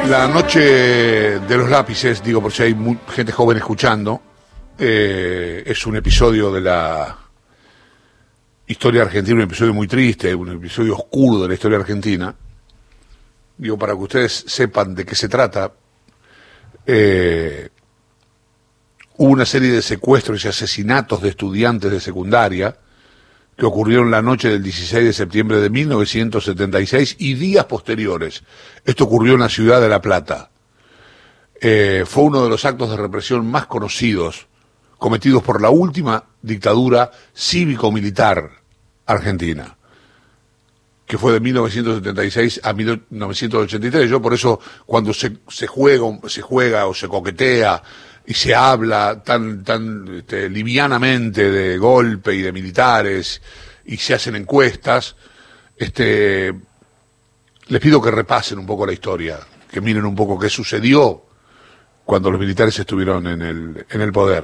La noche de los lápices, digo por si hay gente joven escuchando, es un episodio de la historia argentina, un episodio muy triste, un episodio oscuro de la historia argentina. Digo, para que ustedes sepan de qué se trata, hubo una serie de secuestros y asesinatos de estudiantes de secundaria que ocurrieron la noche del 16 de septiembre de 1976 y días posteriores. Esto ocurrió en la ciudad de La Plata. Fue uno de los actos de represión más conocidos cometidos por la última dictadura cívico-militar argentina, que fue de 1976 a 1983. Yo por eso, cuando se juega o se coquetea y se habla tan livianamente de golpe y de militares y se hacen encuestas, les pido que repasen un poco la historia, que miren un poco qué sucedió cuando los militares estuvieron en el poder.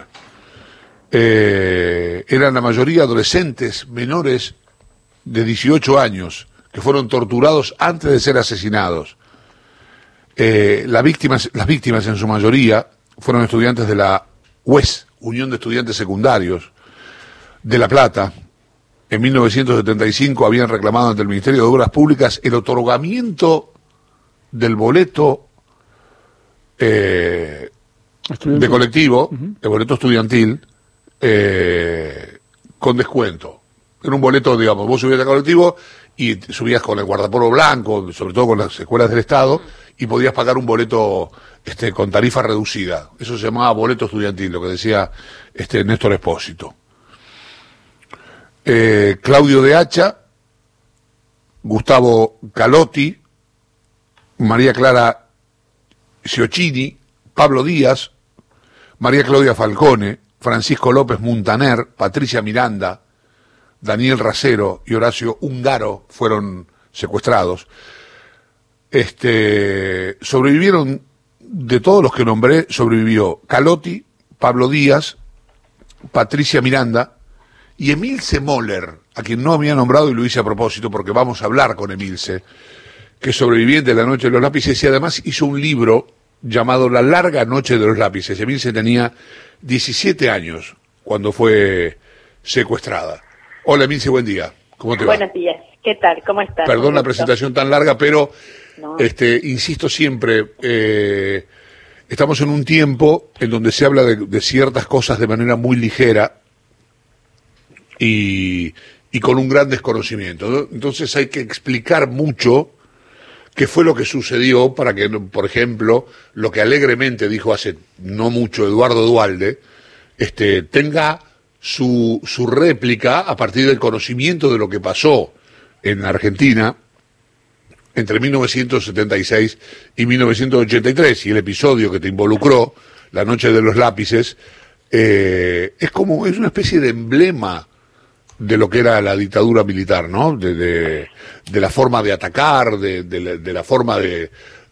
Eran la mayoría adolescentes menores de 18 años que fueron torturados antes de ser asesinados. Las víctimas en su mayoría fueron estudiantes de la UES, Unión de Estudiantes Secundarios, de La Plata. En 1975 habían reclamado ante el Ministerio de Obras Públicas el otorgamiento del boleto de colectivo, el boleto estudiantil, con descuento. Era un boleto, digamos, vos subías al colectivo y subías con el guardapolvo blanco, sobre todo con las escuelas del Estado, y podías pagar un boleto con tarifa reducida. Eso se llamaba boleto estudiantil, lo que decía Néstor Espósito. Claudio de Hacha, Gustavo Calotti, María Clara Ciocchini, Pablo Díaz, María Claudia Falcone, Francisco López Muntaner, Patricia Miranda, Daniel Racero y Horacio Ungaro fueron secuestrados. Sobrevivieron, de todos los que nombré, sobrevivió Calotti, Pablo Díaz, Patricia Miranda y Emilce Moller, a quien no había nombrado y lo hice a propósito porque vamos a hablar con Emilce, que es sobreviviente de la Noche de los Lápices y además hizo un libro llamado La Larga Noche de los Lápices. Emilce tenía 17 años cuando fue secuestrada. Hola Emilce, buen día. ¿Cómo te va? Buenos días. ¿Qué tal? ¿Cómo estás? Perdón la presentación tan larga, pero no. Insisto siempre, estamos en un tiempo en donde se habla de ciertas cosas de manera muy ligera y con un gran desconocimiento, ¿no? Entonces hay que explicar mucho qué fue lo que sucedió para que, por ejemplo, lo que alegremente dijo hace no mucho Eduardo Duhalde, tenga su réplica a partir del conocimiento de lo que pasó en Argentina entre 1976 y 1983, y el episodio que te involucró, La Noche de los Lápices, es una especie de emblema de lo que era la dictadura militar, ¿no? De la forma de atacar, de la forma de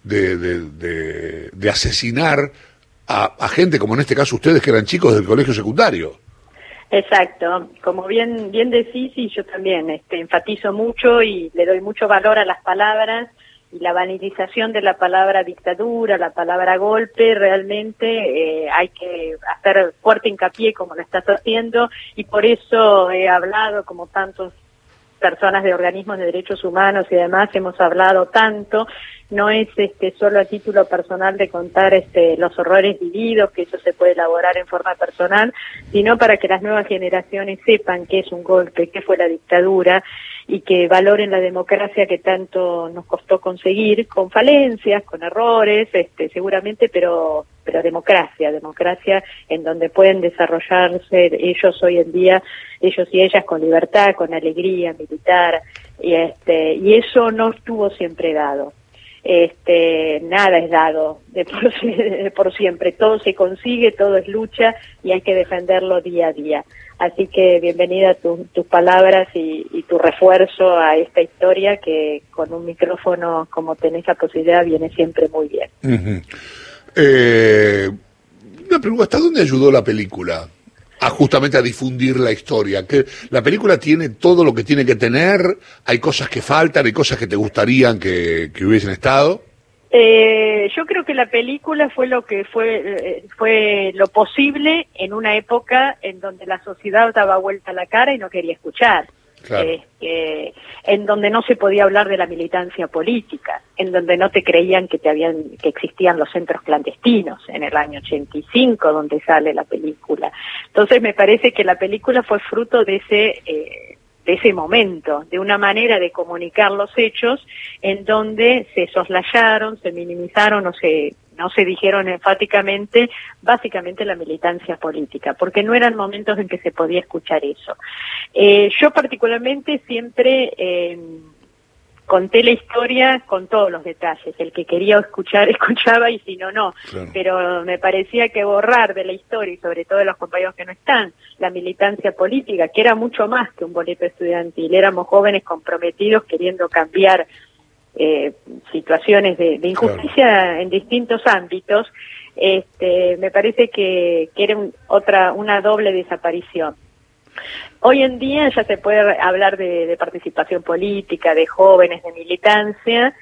asesinar a gente, como en este caso ustedes que eran chicos del colegio secundario. Exacto, como bien decís, y yo también enfatizo mucho y le doy mucho valor a las palabras y la banalización de la palabra dictadura, la palabra golpe, realmente hay que hacer fuerte hincapié como lo estás haciendo, y por eso he hablado, como tantos personas de organismos de derechos humanos y demás hemos hablado tanto. No es solo a título personal de contar los horrores vividos, que eso se puede elaborar en forma personal, sino para que las nuevas generaciones sepan qué es un golpe, qué fue la dictadura, y que valoren la democracia que tanto nos costó conseguir, con falencias, con errores, seguramente, pero democracia en donde pueden desarrollarse ellos hoy en día, ellos y ellas, con libertad, con alegría militar, y eso no estuvo siempre dado. Nada es dado de por siempre, todo se consigue, todo es lucha y hay que defenderlo día a día. Así que bienvenida tus palabras y tu refuerzo a esta historia que con un micrófono como tenés la posibilidad viene siempre muy bien. Uh-huh. Una pregunta, ¿hasta dónde ayudó la película justamente a difundir la historia? Que la película tiene todo lo que tiene que tener, hay cosas que faltan, hay cosas que te gustarían que hubiesen estado. Yo creo que la película fue lo que fue lo posible en una época en donde la sociedad daba vuelta la cara y no quería escuchar. Claro. En donde no se podía hablar de la militancia política, en donde no te creían que que existían los centros clandestinos en el año 85, donde sale la película. Entonces me parece que la película fue fruto de ese momento, de una manera de comunicar los hechos en donde se soslayaron, se minimizaron no se dijeron enfáticamente, básicamente la militancia política, porque no eran momentos en que se podía escuchar eso. Yo particularmente siempre conté la historia con todos los detalles. El que quería escuchar, escuchaba, y si no, no. Claro. Pero me parecía que borrar de la historia, y sobre todo de los compañeros que no están, la militancia política, que era mucho más que un boleto estudiantil, éramos jóvenes comprometidos queriendo cambiar situaciones de injusticia, claro, en distintos ámbitos, me parece que era una doble desaparición. Hoy en día ya se puede hablar de participación política, de jóvenes, de militancia,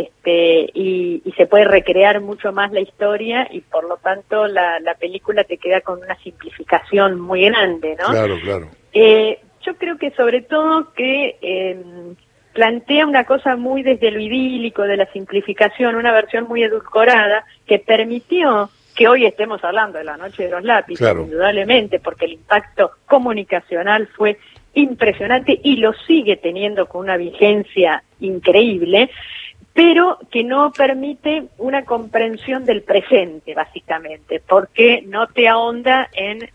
y se puede recrear mucho más la historia, y por lo tanto la película te queda con una simplificación muy grande, ¿no? Claro, claro. Yo creo que sobre todo que plantea una cosa muy desde lo idílico, de la simplificación, una versión muy edulcorada que permitió que hoy estemos hablando de La Noche de los Lápices, claro, indudablemente, porque el impacto comunicacional fue impresionante y lo sigue teniendo con una vigencia increíble, pero que no permite una comprensión del presente, básicamente, porque no te ahonda en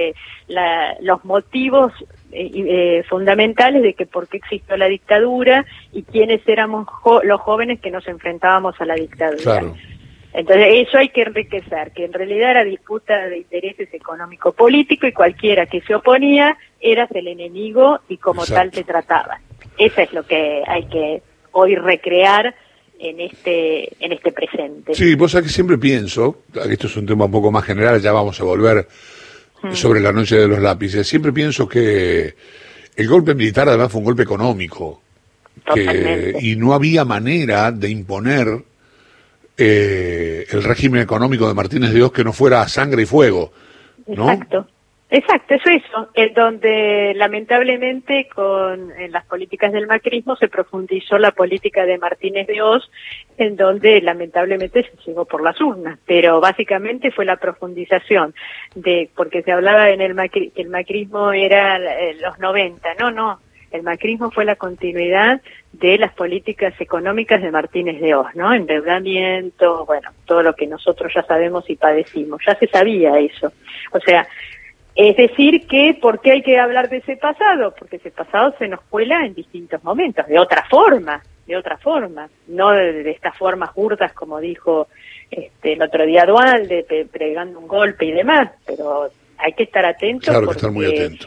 los motivos fundamentales de que por qué existió la dictadura y quiénes éramos los jóvenes que nos enfrentábamos a la dictadura. Claro. Entonces eso hay que enriquecer, que en realidad era disputa de intereses económico-políticos y cualquiera que se oponía eras el enemigo y como Exacto. tal te trataban. Eso es lo que hay que hoy recrear en este presente. Sí, vos sabés que siempre pienso, esto es un tema un poco más general, ya vamos a volver sobre La Noche de los Lápices, siempre pienso que el golpe militar además fue un golpe económico, y no había manera de imponer el régimen económico de Martínez de Oz que no fuera sangre y fuego, ¿no? Exacto, eso, en donde lamentablemente en las políticas del macrismo se profundizó la política de Martínez de Oz, en donde lamentablemente se llegó por las urnas, pero básicamente fue la profundización porque se hablaba en que el macrismo era los 90, no, el macrismo fue la continuidad de las políticas económicas de Martínez de Oz, ¿no? Endeudamiento, bueno, todo lo que nosotros ya sabemos y padecimos, ya se sabía eso, o sea, es decir, que ¿por qué hay que hablar de ese pasado? Porque ese pasado se nos cuela en distintos momentos, de otra forma, no de estas formas burdas como dijo el otro día Duhalde, pregando un golpe y demás, pero hay que estar atentos. Claro, que estar muy atento.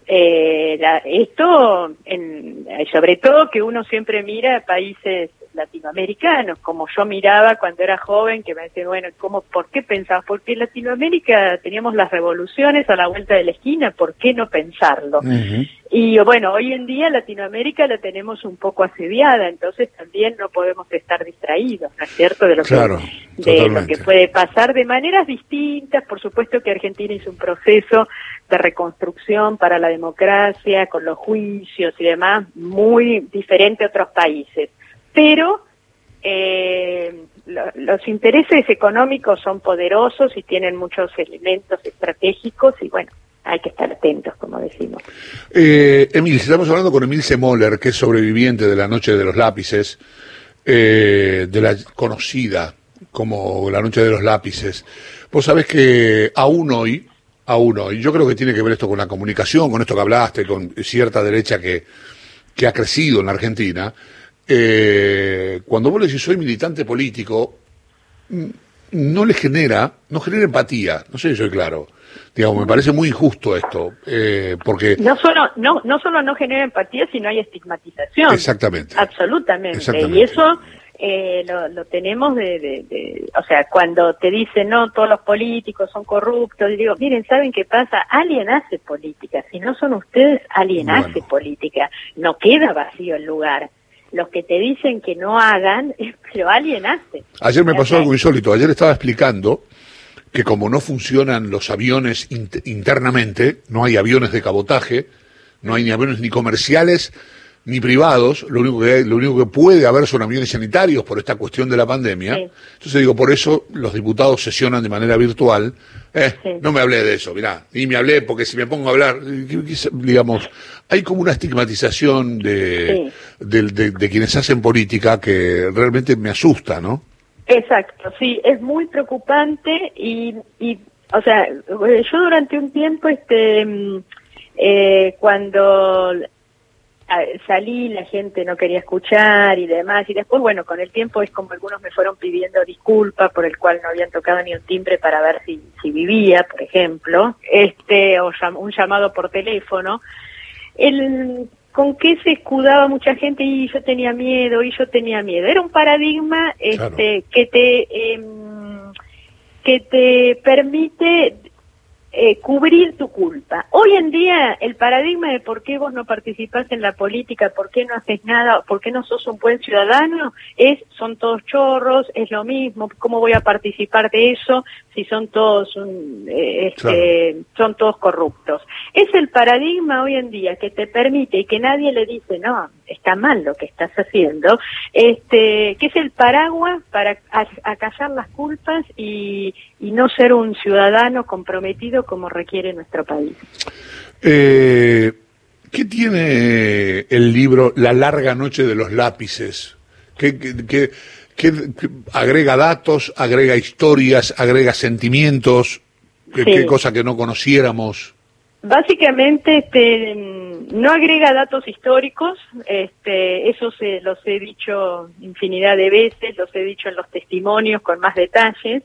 Sobre todo que uno siempre mira países latinoamericanos, como yo miraba cuando era joven, que me decían, bueno, ¿por qué pensabas? Porque en Latinoamérica teníamos las revoluciones a la vuelta de la esquina, ¿por qué no pensarlo? Uh-huh. Y bueno, hoy en día Latinoamérica la tenemos un poco asediada, entonces también no podemos estar distraídos, ¿no es cierto? De lo que puede pasar de maneras distintas. Por supuesto que Argentina hizo un proceso de reconstrucción para la democracia, con los juicios y demás, muy diferente a otros países. Pero los intereses económicos son poderosos y tienen muchos elementos estratégicos y bueno, hay que estar atentos, como decimos. Emil, estamos hablando con Emil Semoller, que es sobreviviente de La Noche de los Lápices, de la conocida como La Noche de los Lápices. Vos sabés que aún hoy, yo creo que tiene que ver esto con la comunicación, con esto que hablaste, con cierta derecha que ha crecido en la Argentina. Cuando vos le decís soy militante político, no genera empatía, no sé si soy claro. Digamos, me parece muy injusto esto, porque no solo no genera empatía, sino hay estigmatización. Exactamente. Absolutamente. Y eso lo tenemos o sea, cuando te dicen no, todos los políticos son corruptos, y digo, miren, ¿saben qué pasa? Alguien hace política, si no son ustedes, alguien hace política, no queda vacío el lugar. los que te dicen que no hagan, pero alguien hace. Ayer me pasó algo insólito. Ayer estaba explicando que como no funcionan los aviones internamente, no hay aviones de cabotaje, no hay ni aviones ni comerciales ni privados, lo único que puede haber son aviones sanitarios por esta cuestión de la pandemia. Sí. Entonces digo, por eso los diputados sesionan de manera virtual. Sí. No me hablé de eso, mirá, y me hablé porque si me pongo a hablar, digamos, hay como una estigmatización de quienes hacen política que realmente me asusta, ¿no? Exacto, sí, es muy preocupante y o sea, yo durante un tiempo, cuando salí, la gente no quería escuchar y demás, y después, bueno, con el tiempo es como algunos me fueron pidiendo disculpas por el cual no habían tocado ni un timbre para ver si vivía, por ejemplo, o un llamado por teléfono. ¿Con qué se escudaba mucha gente? Y yo tenía miedo, Era un paradigma claro. que te permite cubrir tu culpa. Hoy en día el paradigma de por qué vos no participás en la política, por qué no haces nada, por qué no sos un buen ciudadano, son todos chorros, es lo mismo, ¿cómo voy a participar de eso si son todos son todos corruptos? Es el paradigma hoy en día que te permite y que nadie le dice, no, está mal lo que estás haciendo, que es el paraguas para acallar las culpas y no ser un ciudadano comprometido como requiere nuestro país. ¿Qué tiene el libro La larga noche de los lápices? ¿Qué agrega datos, agrega historias, agrega sentimientos? ¿Qué cosa que no conociéramos? Básicamente, no agrega datos históricos, eso los he dicho infinidad de veces, los he dicho en los testimonios con más detalles.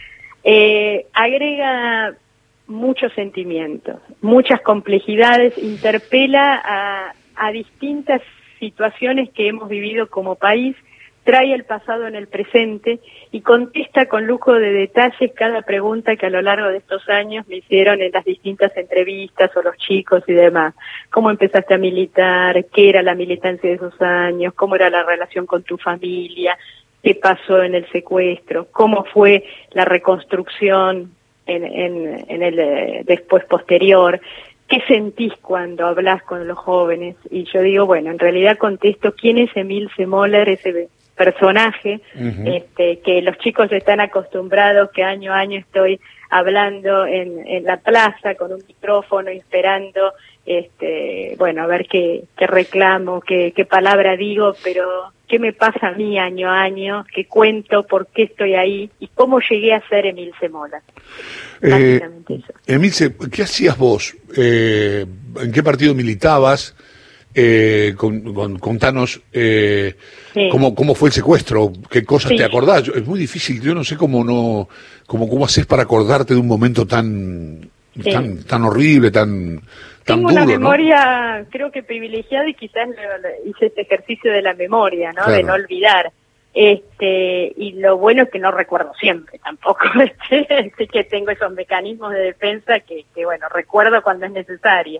Agrega muchos sentimientos, muchas complejidades, interpela a distintas situaciones que hemos vivido como país, trae el pasado en el presente y contesta con lujo de detalles cada pregunta que a lo largo de estos años me hicieron en las distintas entrevistas o los chicos y demás. ¿Cómo empezaste a militar? ¿Qué era la militancia de esos años? ¿Cómo era la relación con tu familia? ¿Qué pasó en el secuestro? ¿Cómo fue la reconstrucción en el después posterior? ¿Qué sentís cuando hablas con los jóvenes? Y yo digo, bueno, en realidad contesto quién es Emilce Moller, ese personaje, que los chicos están acostumbrados, que año a año estoy hablando en la plaza con un micrófono, esperando, bueno, a ver qué reclamo, qué palabra digo, pero qué me pasa a mí año a año, qué cuento, por qué estoy ahí y cómo llegué a ser Emilce Moller. Básicamente eso. Emilce, ¿qué hacías vos? ¿En qué partido militabas? Contanos sí. cómo fue el secuestro, qué cosas sí. te acordás. Es muy difícil, yo no sé cómo haces para acordarte de un momento tan horrible, tan Tengo duro, una memoria, ¿no? Creo que privilegiada, y quizás hice este ejercicio de la memoria, ¿no? Claro. De no olvidar. Y lo bueno es que no recuerdo siempre tampoco, así que tengo esos mecanismos de defensa que bueno, recuerdo cuando es necesario.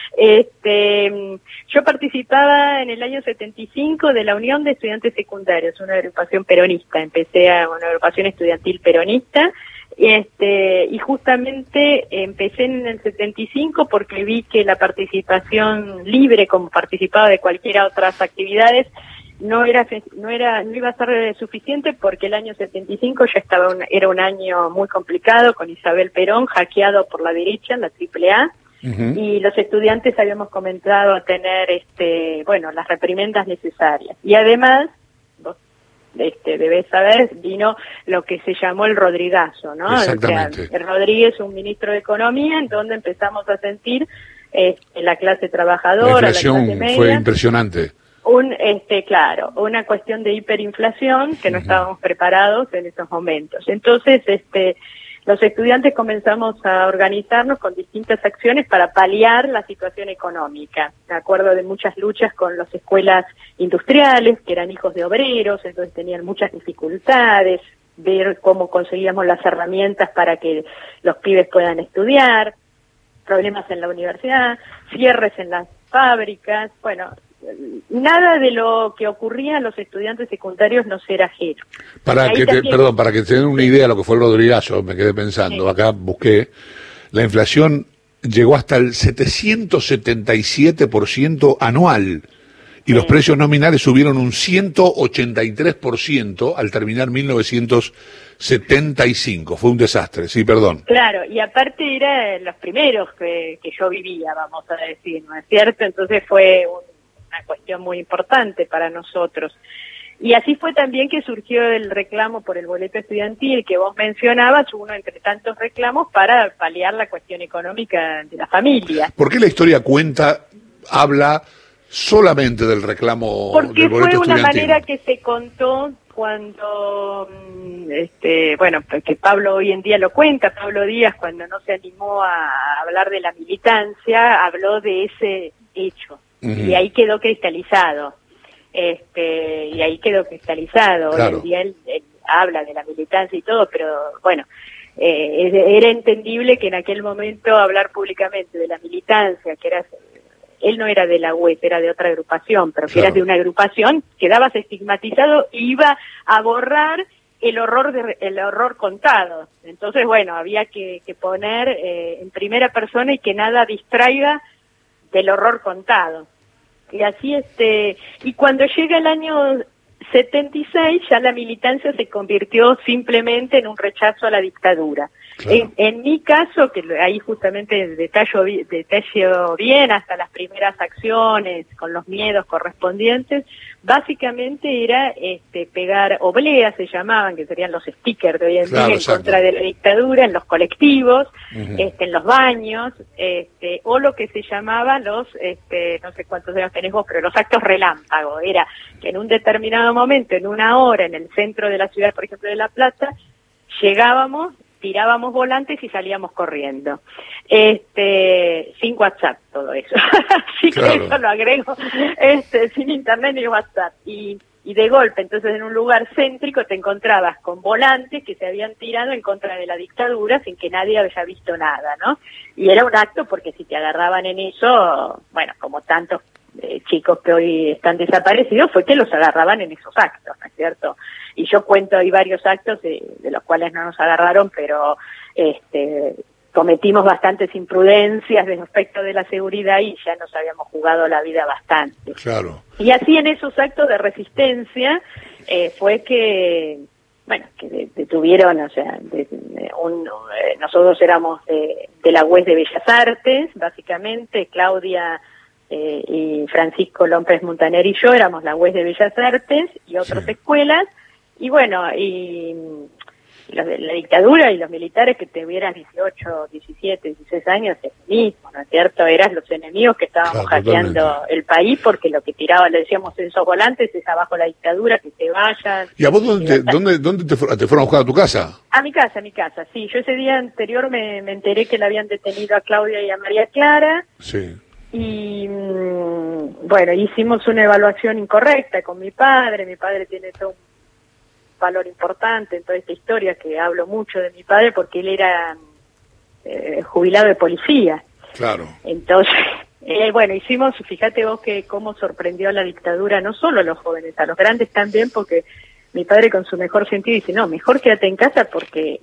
Yo participaba en el año 75 de la Unión de Estudiantes Secundarios, una agrupación peronista. Empecé a una agrupación estudiantil peronista, y justamente empecé en el 75 porque vi que la participación libre, como participaba de cualquier otras actividades, no iba a ser suficiente, porque el año 75 ya era un año muy complicado, con Isabel Perón hackeado por la derecha, la AAA, y los estudiantes habíamos comenzado a tener las reprimendas necesarias. Y además, vos debés saber, vino lo que se llamó el Rodrigazo, ¿no? Exactamente. O sea, el Rodríguez, un ministro de Economía, en donde empezamos a sentir la clase trabajadora, la inflación la clase media, fue impresionante. Una cuestión de hiperinflación que no estábamos preparados en esos momentos. Entonces, los estudiantes comenzamos a organizarnos con distintas acciones para paliar la situación económica. Me acuerdo de muchas luchas con las escuelas industriales, que eran hijos de obreros, entonces tenían muchas dificultades, ver cómo conseguíamos las herramientas para que los pibes puedan estudiar, problemas en la universidad, cierres en las fábricas, bueno, nada de lo que ocurría a los estudiantes secundarios nos era ajeno. Para que te den una idea de lo que fue el Rodrigazo, me quedé pensando, acá busqué, la inflación llegó hasta el 777% anual. Y los precios nominales subieron un 183% al terminar 1975. Fue un desastre, sí, perdón. Claro, y aparte eran los primeros que yo vivía, vamos a decir, ¿no es cierto? Entonces fue una cuestión muy importante para nosotros. Y así fue también que surgió el reclamo por el boleto estudiantil que vos mencionabas, uno entre tantos reclamos para paliar la cuestión económica de la familia. ¿Por qué la historia habla solamente del reclamo del boleto estudiantil? Porque fue una manera que se contó cuando, bueno, que Pablo hoy en día lo cuenta, Pablo Díaz, cuando no se animó a hablar de la militancia, habló de ese hecho, y ahí quedó cristalizado, Claro. Hoy en día él habla de la militancia y todo, pero bueno, era entendible que en aquel momento hablar públicamente de la militancia, que era... Él no era de la UES, era de otra agrupación, pero que era de una agrupación, quedabas estigmatizado e iba a borrar el horror contado. Entonces, bueno, había que poner en primera persona y que nada distraiga del horror contado. Y así, y cuando llega el año 76, ya la militancia se convirtió simplemente en un rechazo a la dictadura. Claro. En mi caso, que ahí justamente detallo bien hasta las primeras acciones, con los miedos correspondientes, básicamente era pegar obleas, se llamaban, que serían los stickers de hoy en día, en contra de la dictadura, en los colectivos, en los baños, o lo que se llamaba los, no sé cuántos años tenés vos, pero los actos relámpago. Era que en un determinado momento, en una hora, en el centro de la ciudad, por ejemplo, de La Plata, llegábamos, tirábamos volantes y salíamos corriendo. Sin WhatsApp, todo eso. Así que eso lo agrego, sin internet ni WhatsApp. Y de golpe, entonces en un lugar céntrico te encontrabas con volantes que se habían tirado en contra de la dictadura sin que nadie haya visto nada, ¿no? Y era un acto porque si te agarraban en eso, bueno, como tantos chicos que hoy están desaparecidos, fue que los agarraban en esos actos, ¿no es cierto? Y yo cuento, hay varios actos de los cuales no nos agarraron, pero cometimos bastantes imprudencias respecto de la seguridad y ya nos habíamos jugado la vida bastante. Claro. Y así en esos actos de resistencia fue que, bueno, que detuvieron, o sea, nosotros éramos de la UES de Bellas Artes, básicamente, Claudia y Francisco López Montaner y yo éramos la UES de Bellas Artes y otras escuelas, y bueno, y los de la dictadura y los militares que tuvieran 18, 17, 16 años, es lo mismo, ¿no es cierto? Eran los enemigos que estábamos hackeando el país, porque lo que tiraban, le decíamos en esos volantes, es abajo la dictadura, que se vayan. ¿Y a vos dónde te fueron a buscar a tu casa? A mi casa, sí. Yo ese día anterior me enteré que la habían detenido a Claudia y a María Clara. Sí. Y bueno, hicimos una evaluación incorrecta con mi padre tiene todo un valor importante en toda esta historia, que hablo mucho de mi padre porque él era jubilado de policía. Claro. Entonces, bueno, hicimos, fíjate vos que cómo sorprendió a la dictadura, no solo a los jóvenes, a los grandes también, porque mi padre con su mejor sentido dice, no, mejor quédate en casa porque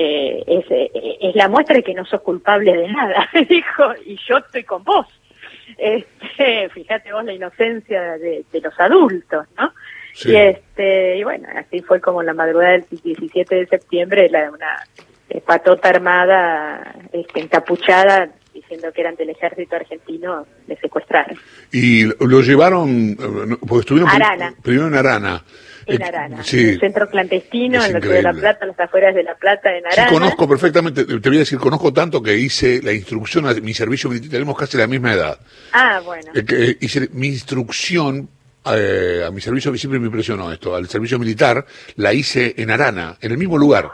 es la muestra de que no sos culpable de nada, dijo, y yo estoy con vos. Fíjate vos la inocencia de los adultos, ¿no? Sí. Y bueno, así fue como la madrugada del 17 de septiembre, una patota armada, encapuchada, diciendo que eran del ejército argentino, me secuestraron. Y lo llevaron, porque estuvieron primero en Arana. En Arana, sí, en un centro clandestino, en lo que de La Plata, en las afueras de La Plata, en Arana. Sí, conozco perfectamente, te voy a decir, conozco tanto que hice la instrucción a mi servicio militar, tenemos casi la misma edad. Ah, bueno. Hice mi instrucción a mi servicio, siempre me impresionó esto, al servicio militar, la hice en Arana, en el mismo lugar.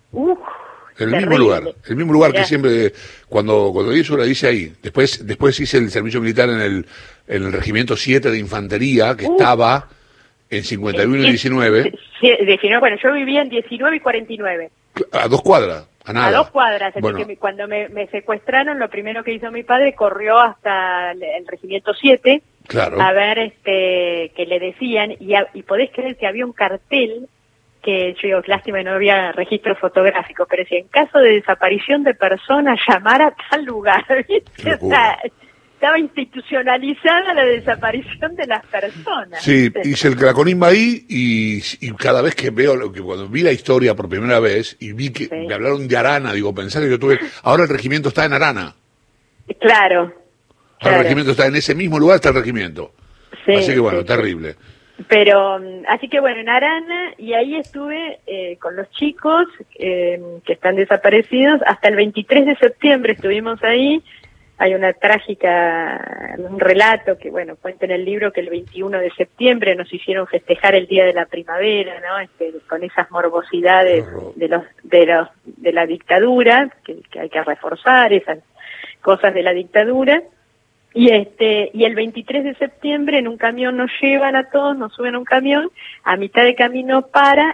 En el mismo lugar que siempre, cuando hice, la hice ahí. Después hice el servicio militar en el Regimiento 7 de Infantería, que estaba en 51 y 19. Bueno, yo vivía en 19 y 49. A 2 cuadras, a nada. A 2 cuadras, así que cuando me secuestraron, lo primero que hizo mi padre, corrió hasta el Regimiento 7, Claro. a ver que le decían, y podés creer que había un cartel que yo digo, lástima que no había registros fotográficos, pero si en caso de desaparición de personas, llamar a tal lugar, ¿viste? O sea, estaba institucionalizada la desaparición de las personas. Sí, hice el Craconín ahí y cada vez que veo, cuando vi la historia por primera vez y vi que me hablaron de Arana, digo, pensé que yo tuve, ahora el regimiento está en Arana. Claro. Ahora el regimiento está en ese mismo lugar, está el regimiento. Sí, así que bueno, terrible. Pero, así que bueno, en Arana, y ahí estuve con los chicos que están desaparecidos, hasta el 23 de septiembre estuvimos ahí. Hay una trágica, un relato que, bueno, cuenta en el libro que el 21 de septiembre nos hicieron festejar el Día de la Primavera, ¿no? Con esas morbosidades de la dictadura, que hay que reforzar, esas cosas de la dictadura. Y el 23 de septiembre en un camión nos llevan a todos, nos suben a un camión, a mitad de camino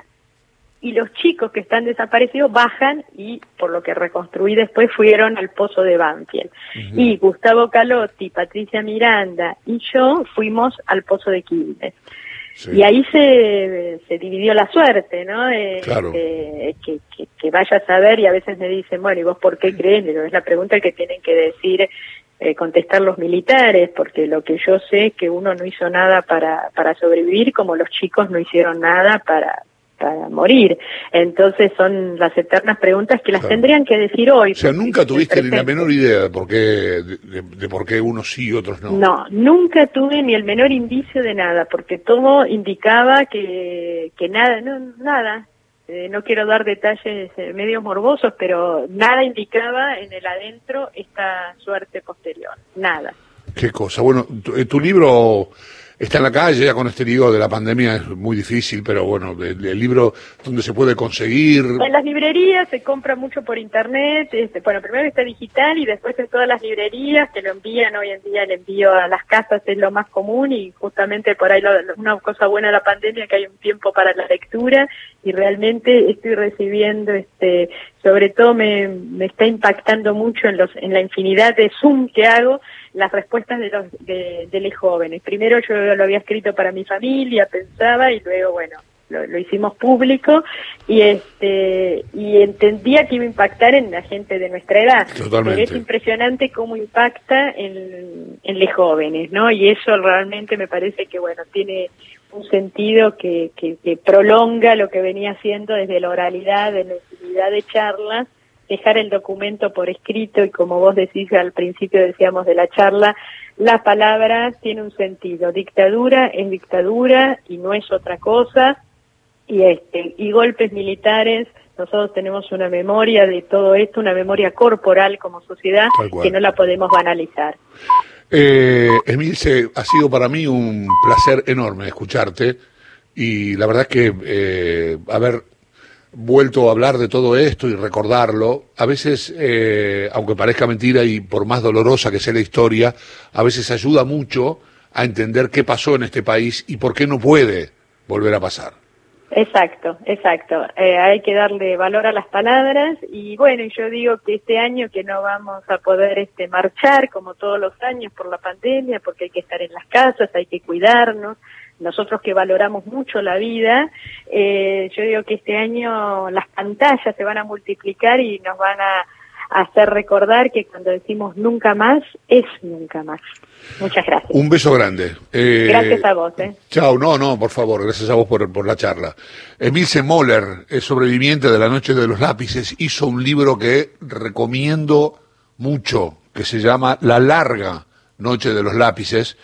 y los chicos que están desaparecidos bajan y, por lo que reconstruí después, fueron al pozo de Banfield. Y Gustavo Calotti, Patricia Miranda y yo fuimos al pozo de Quilmes. Sí. Y ahí se dividió la suerte, ¿no? Claro. Que vaya a saber, y a veces me dicen, bueno, ¿y vos por qué crees? Pero es la pregunta que tienen que decir, contestar los militares, porque lo que yo sé es que uno no hizo nada para sobrevivir, como los chicos no hicieron nada para morir. Entonces son las eternas preguntas que las tendrían que decir hoy. O sea, nunca tuviste ni la menor idea de por qué unos sí y otros no. No, nunca tuve ni el menor indicio de nada, porque todo indicaba que nada, nada. No quiero dar detalles medio morbosos, pero nada indicaba en el adentro esta suerte posterior. Nada. Qué cosa. Bueno, tu libro está en la calle, ya con este lío de la pandemia es muy difícil, pero bueno, el libro, ¿dónde se puede conseguir? En las librerías, se compra mucho por internet, bueno, primero está digital y después en todas las librerías que lo envían. Hoy en día el envío a las casas es lo más común, y justamente por ahí una cosa buena de la pandemia es que hay un tiempo para la lectura, y realmente estoy recibiendo, sobre todo me está impactando mucho en la infinidad de Zoom que hago, las respuestas de los jóvenes. Primero yo lo había escrito para mi familia, pensaba, y luego, bueno, lo hicimos público, y entendía que iba a impactar en la gente de nuestra edad. Totalmente. Pero es impresionante cómo impacta en los jóvenes, ¿no? Y eso realmente me parece que, bueno, tiene un sentido que prolonga lo que venía haciendo desde la oralidad, de la intimidad de charlas, dejar el documento por escrito, y como vos decís al principio, decíamos de la charla, la palabra tiene un sentido. Dictadura es dictadura y no es otra cosa, y golpes militares, nosotros tenemos una memoria de todo esto, una memoria corporal como sociedad, que no la podemos banalizar. Emilce, ha sido para mí un placer enorme escucharte, y la verdad es que haber vuelto a hablar de todo esto y recordarlo, a veces, aunque parezca mentira y por más dolorosa que sea la historia, a veces ayuda mucho a entender qué pasó en este país y por qué no puede volver a pasar. Exacto. Hay que darle valor a las palabras, y bueno, yo digo que este año que no vamos a poder marchar como todos los años por la pandemia, porque hay que estar en las casas, hay que cuidarnos. Nosotros que valoramos mucho la vida, yo digo que este año las pantallas se van a multiplicar y nos van a hacer recordar que cuando decimos nunca más, es nunca más. Muchas gracias. Un beso grande. Gracias a vos. Chao, no, por favor, gracias a vos por la charla. Emilce Moller, es sobreviviente de la Noche de los Lápices, hizo un libro que recomiendo mucho, que se llama La larga Noche de los Lápices,